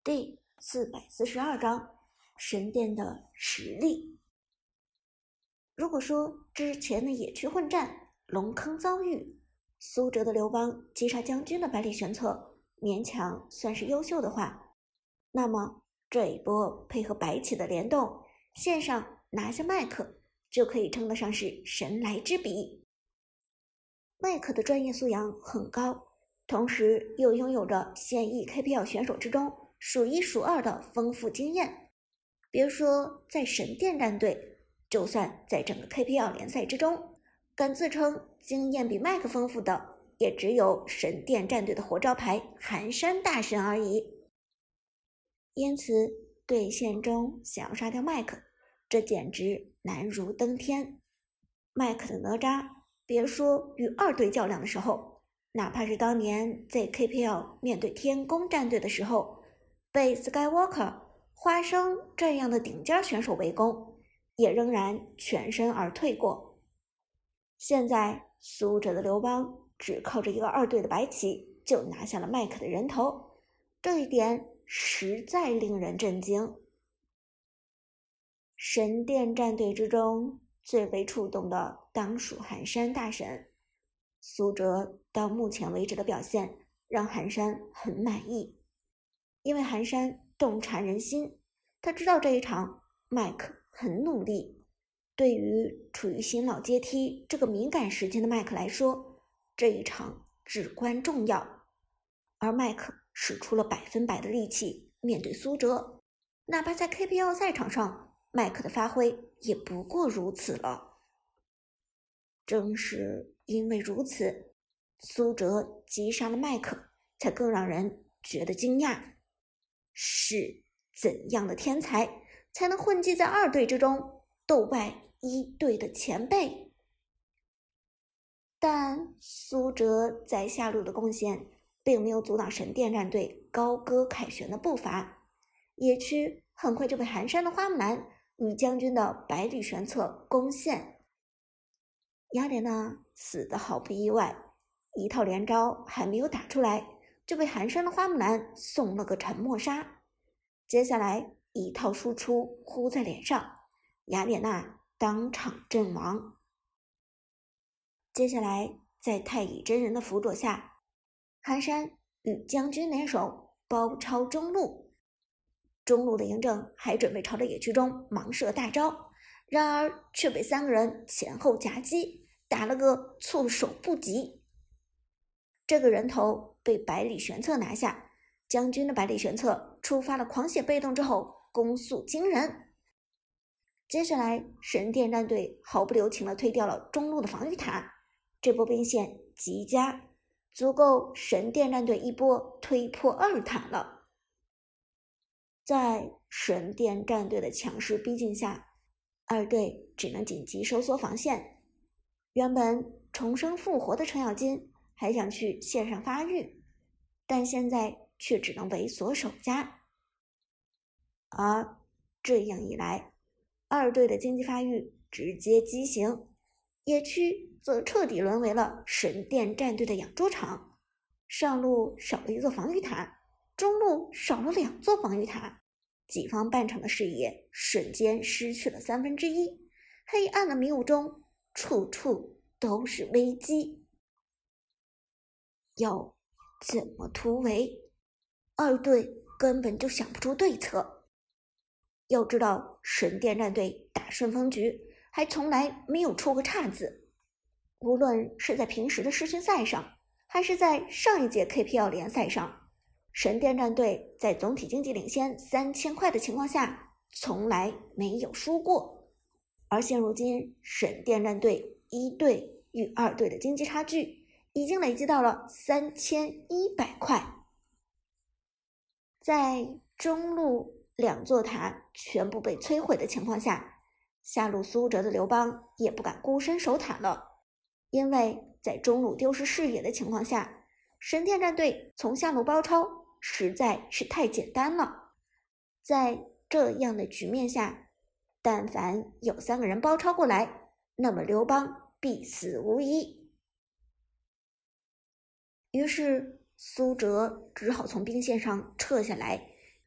第442章神殿的实力。如果说之前的野区混战、龙坑遭遇，苏哲的刘邦击杀将军的百里玄策勉强算是优秀的话，那么这一波配合白起的联动，线上拿下麦克就可以称得上是神来之笔。麦克的专业素养很高，同时又拥有着现役 KPL 选手之中数一数二的丰富经验。别说在神殿战队，就算在整个 KPL 联赛之中，敢自称经验比麦克丰富的，也只有神殿战队的活招牌寒山大神而已。因此，对线中想要杀掉麦克，这简直难如登天。麦克的哪吒，别说与二队较量的时候，哪怕是当年在 KPL 面对天宫战队的时候，被 Skywalker、花生这样的顶尖选手围攻，也仍然全身而退过。现在苏哲的刘邦只靠着一个二队的白起就拿下了麦克的人头，这一点实在令人震惊。神殿战队之中最为触动的当属寒山大神，苏哲到目前为止的表现让寒山很满意，因为寒山洞察人心，他知道这一场麦克很努力，对于处于新老阶梯这个敏感时间的麦克来说，这一场至关重要。而麦克使出了100%的力气面对苏哲，哪怕在 KPL 赛场上，麦克的发挥也不过如此了。正是因为如此，苏哲击杀了麦克，才更让人觉得惊讶。是怎样的天才才能混迹在二队之中，斗败一队的前辈？但苏哲在下路的贡献并没有阻挡神殿战队高歌凯旋的步伐，野区很快就被寒山的花木兰与将军的百里玄策攻陷。雅典娜死得毫不意外，一套连招还没有打出来，就被寒山的花木兰送了个沉默杀。接下来一套输出呼在脸上，雅典娜当场阵亡。接下来在太乙真人的辅佐下，寒山与将军联手包抄中路，中路的嬴政还准备朝着野区中盲射大招，然而却被3个人前后夹击，打了个措手不及。这个人头被百里玄策拿下，将军的百里玄策触发了狂血被动之后，攻速惊人。接下来神殿战队毫不留情地推掉了中路的防御塔，这波兵线极佳，足够神殿战队一波推破2塔了。在神殿战队的强势逼近下，二队只能紧急收缩防线。原本重生复活的程咬金还想去线上发育，但现在却只能为所守家。而这样一来，二队的经济发育直接畸形，野区则彻底沦为了神殿战队的养猪场。上路少了一座防御塔，中路少了2座防御塔，己方半场的视野瞬间失去了1/3，黑暗的迷雾中处处都是危机。要怎么突围？二队根本就想不出对策。要知道神殿战队打顺风局还从来没有出过岔子，无论是在平时的世训赛上，还是在上一届 KPL 联赛上，神殿战队在总体经济领先3000块的情况下从来没有输过。而现如今神殿战队一队与二队的经济差距已经累积到了3100块。在中路2座塔全部被摧毁的情况下，下路苏哲的刘邦也不敢孤身守塔了，因为在中路丢失视野的情况下，神殿战队从下路包抄实在是太简单了。在这样的局面下，但凡有3个人包抄过来，那么刘邦必死无疑。于是苏哲只好从兵线上撤下来，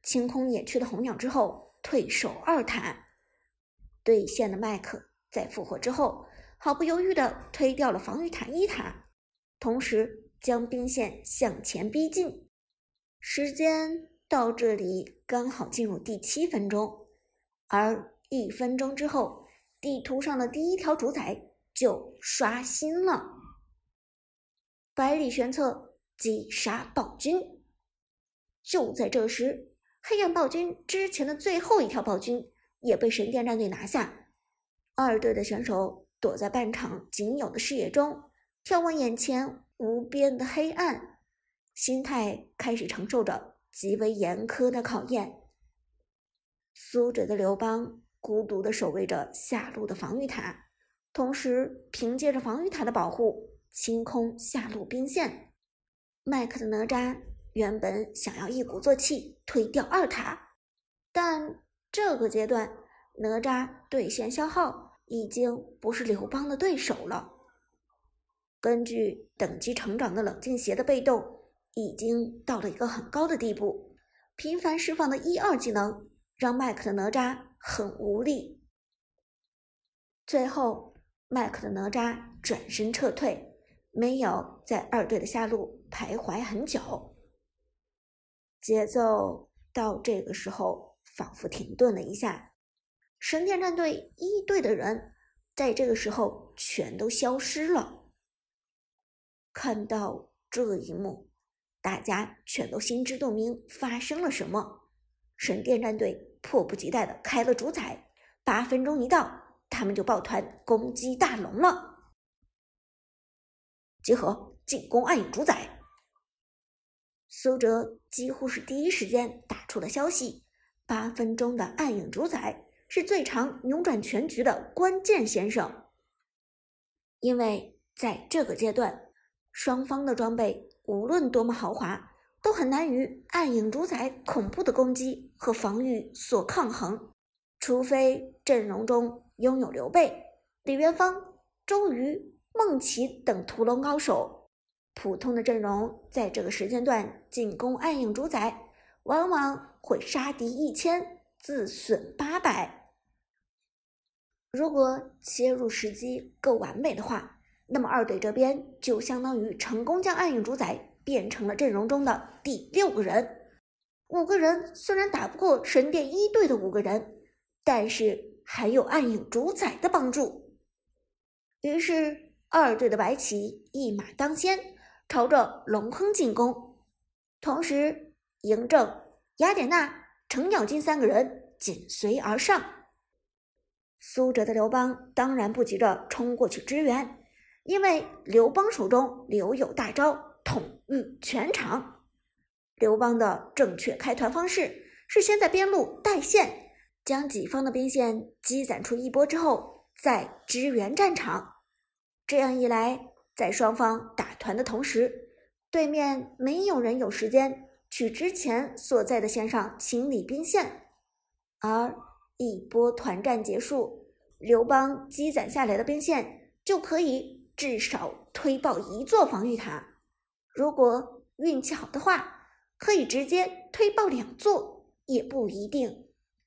清空野区的红鸟之后，退守二塔。对线的麦克在复活之后，毫不犹豫地推掉了防御塔一塔，同时将兵线向前逼近。时间到这里刚好进入第7分钟，而1分钟之后，地图上的第一条主宰就刷新了。百里玄策击杀暴君。就在这时，黑暗暴君之前的最后一条暴君也被神殿战队拿下。二队的选手躲在半场仅有的视野中，眺望眼前无边的黑暗，心态开始承受着极为严苛的考验。苏哲的刘邦孤独地守卫着下路的防御塔，同时凭借着防御塔的保护清空下路兵线。麦克的哪吒原本想要一鼓作气推掉二塔，但这个阶段哪吒对线消耗已经不是刘邦的对手了。根据等级成长的冷静鞋的被动已经到了一个很高的地步，频繁释放的1、2技能让麦克的哪吒很无力。最后麦克的哪吒转身撤退，没有在二队的下路徘徊很久。节奏到这个时候仿佛停顿了一下，神殿战队1队的人在这个时候全都消失了。看到这一幕，大家全都心知肚明发生了什么。神殿战队迫不及待地开了主宰，8分钟一到，他们就抱团攻击大龙了。集合，进攻暗影主宰。苏哲几乎是第一时间打出了消息，8分钟的暗影主宰是最长扭转全局的关键先生。因为在这个阶段，双方的装备无论多么豪华，都很难与暗影主宰恐怖的攻击和防御所抗衡，除非阵容中拥有刘备、李元芳、周瑜、孟起等屠龙高手。普通的阵容在这个时间段进攻暗影主宰，往往会杀敌1000，自损800。如果切入时机够完美的话，那么二队这边就相当于成功将暗影主宰变成了阵容中的第6个人。5个人虽然打不过神殿1队的5个人，但是还有暗影主宰的帮助。于是二队的白起一马当先，朝着龙坑进攻，同时嬴政、雅典娜、程咬金3个人紧随而上。苏哲的刘邦当然不急着冲过去支援，因为刘邦手中留有大招统御全场。刘邦的正确开团方式是先在边路带线，将己方的兵线积攒出一波之后再支援战场。这样一来，在双方打团的同时，对面没有人有时间去之前所在的线上清理兵线，而一波团战结束，刘邦积攒下来的兵线就可以至少推爆1座防御塔，如果运气好的话，可以直接推爆2座，也不一定。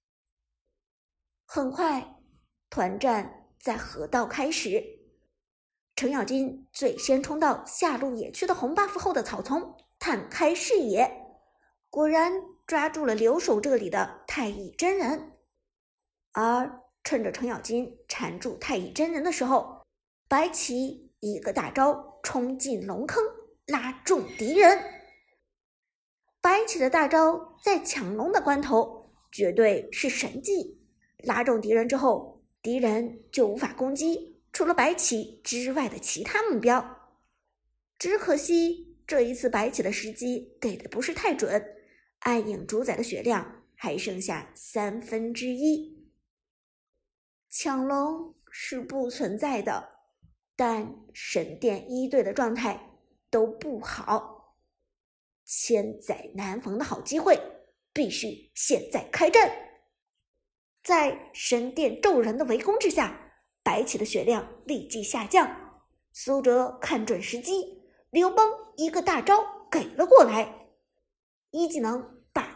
很快，团战在河道开始。程咬金最先冲到下路野区的红 buff 后的草丛，探开视野，果然抓住了留守这里的太乙真人。而趁着程咬金缠住太乙真人的时候，白起一个大招冲进龙坑，拉中敌人。白起的大招在抢龙的关头绝对是神技，拉中敌人之后，敌人就无法攻击除了白起之外的其他目标。只可惜这一次白起的时机给的不是太准，暗影主宰的血量还剩下1/3。抢龙是不存在的，但神殿1队的状态都不好，千载难逢的好机会，必须现在开战。在神殿骤人的围攻之下，白起的血量立即下降。苏哲看准时机，刘邦一个大招给了过来，一技能把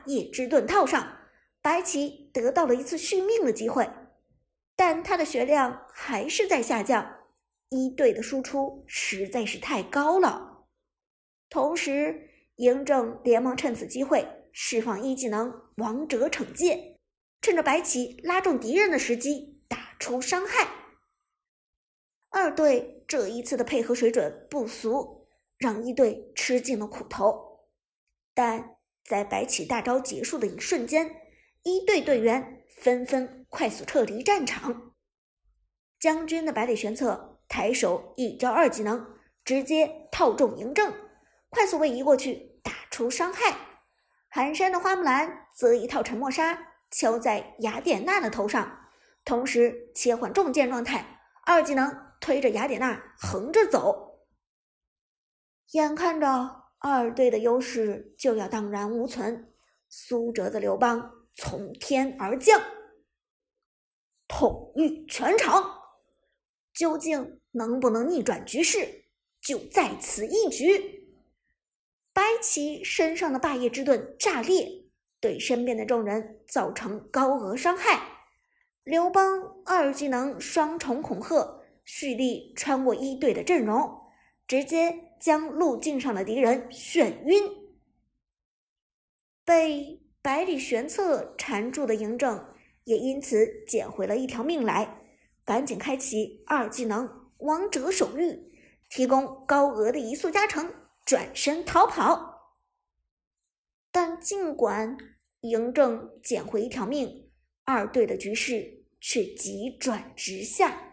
叶之盾套上，白起得到了一次续命的机会。但他的血量还是在下降，一队的输出实在是太高了。同时，嬴政连忙趁此机会释放一技能王者惩戒，趁着白起拉中敌人的时机打出伤害。二队这一次的配合水准不俗，让一队吃尽了苦头。但在白起大招结束的一瞬间，一队队员纷纷快速撤离战场。将军的百里玄策抬手一招二技能，直接套中嬴政，快速位移过去打出伤害。寒山的花木兰则一套沉默杀敲在雅典娜的头上，同时切换重剑状态，二技能推着雅典娜横着走。眼看着二队的优势就要荡然无存，苏辙的刘邦从天而降，统御全场。究竟能不能逆转局势，就在此一局。白起身上的霸业之盾炸裂，对身边的众人造成高额伤害。刘邦二技能双重恐吓，蓄力穿过一队的阵容，直接将路径上的敌人眩晕。被百里玄策缠住的嬴政也因此捡回了一条命来，赶紧开启二技能王者守御，提供高额的移速加成，转身逃跑。但尽管嬴政捡回一条命，二队的局势却急转直下。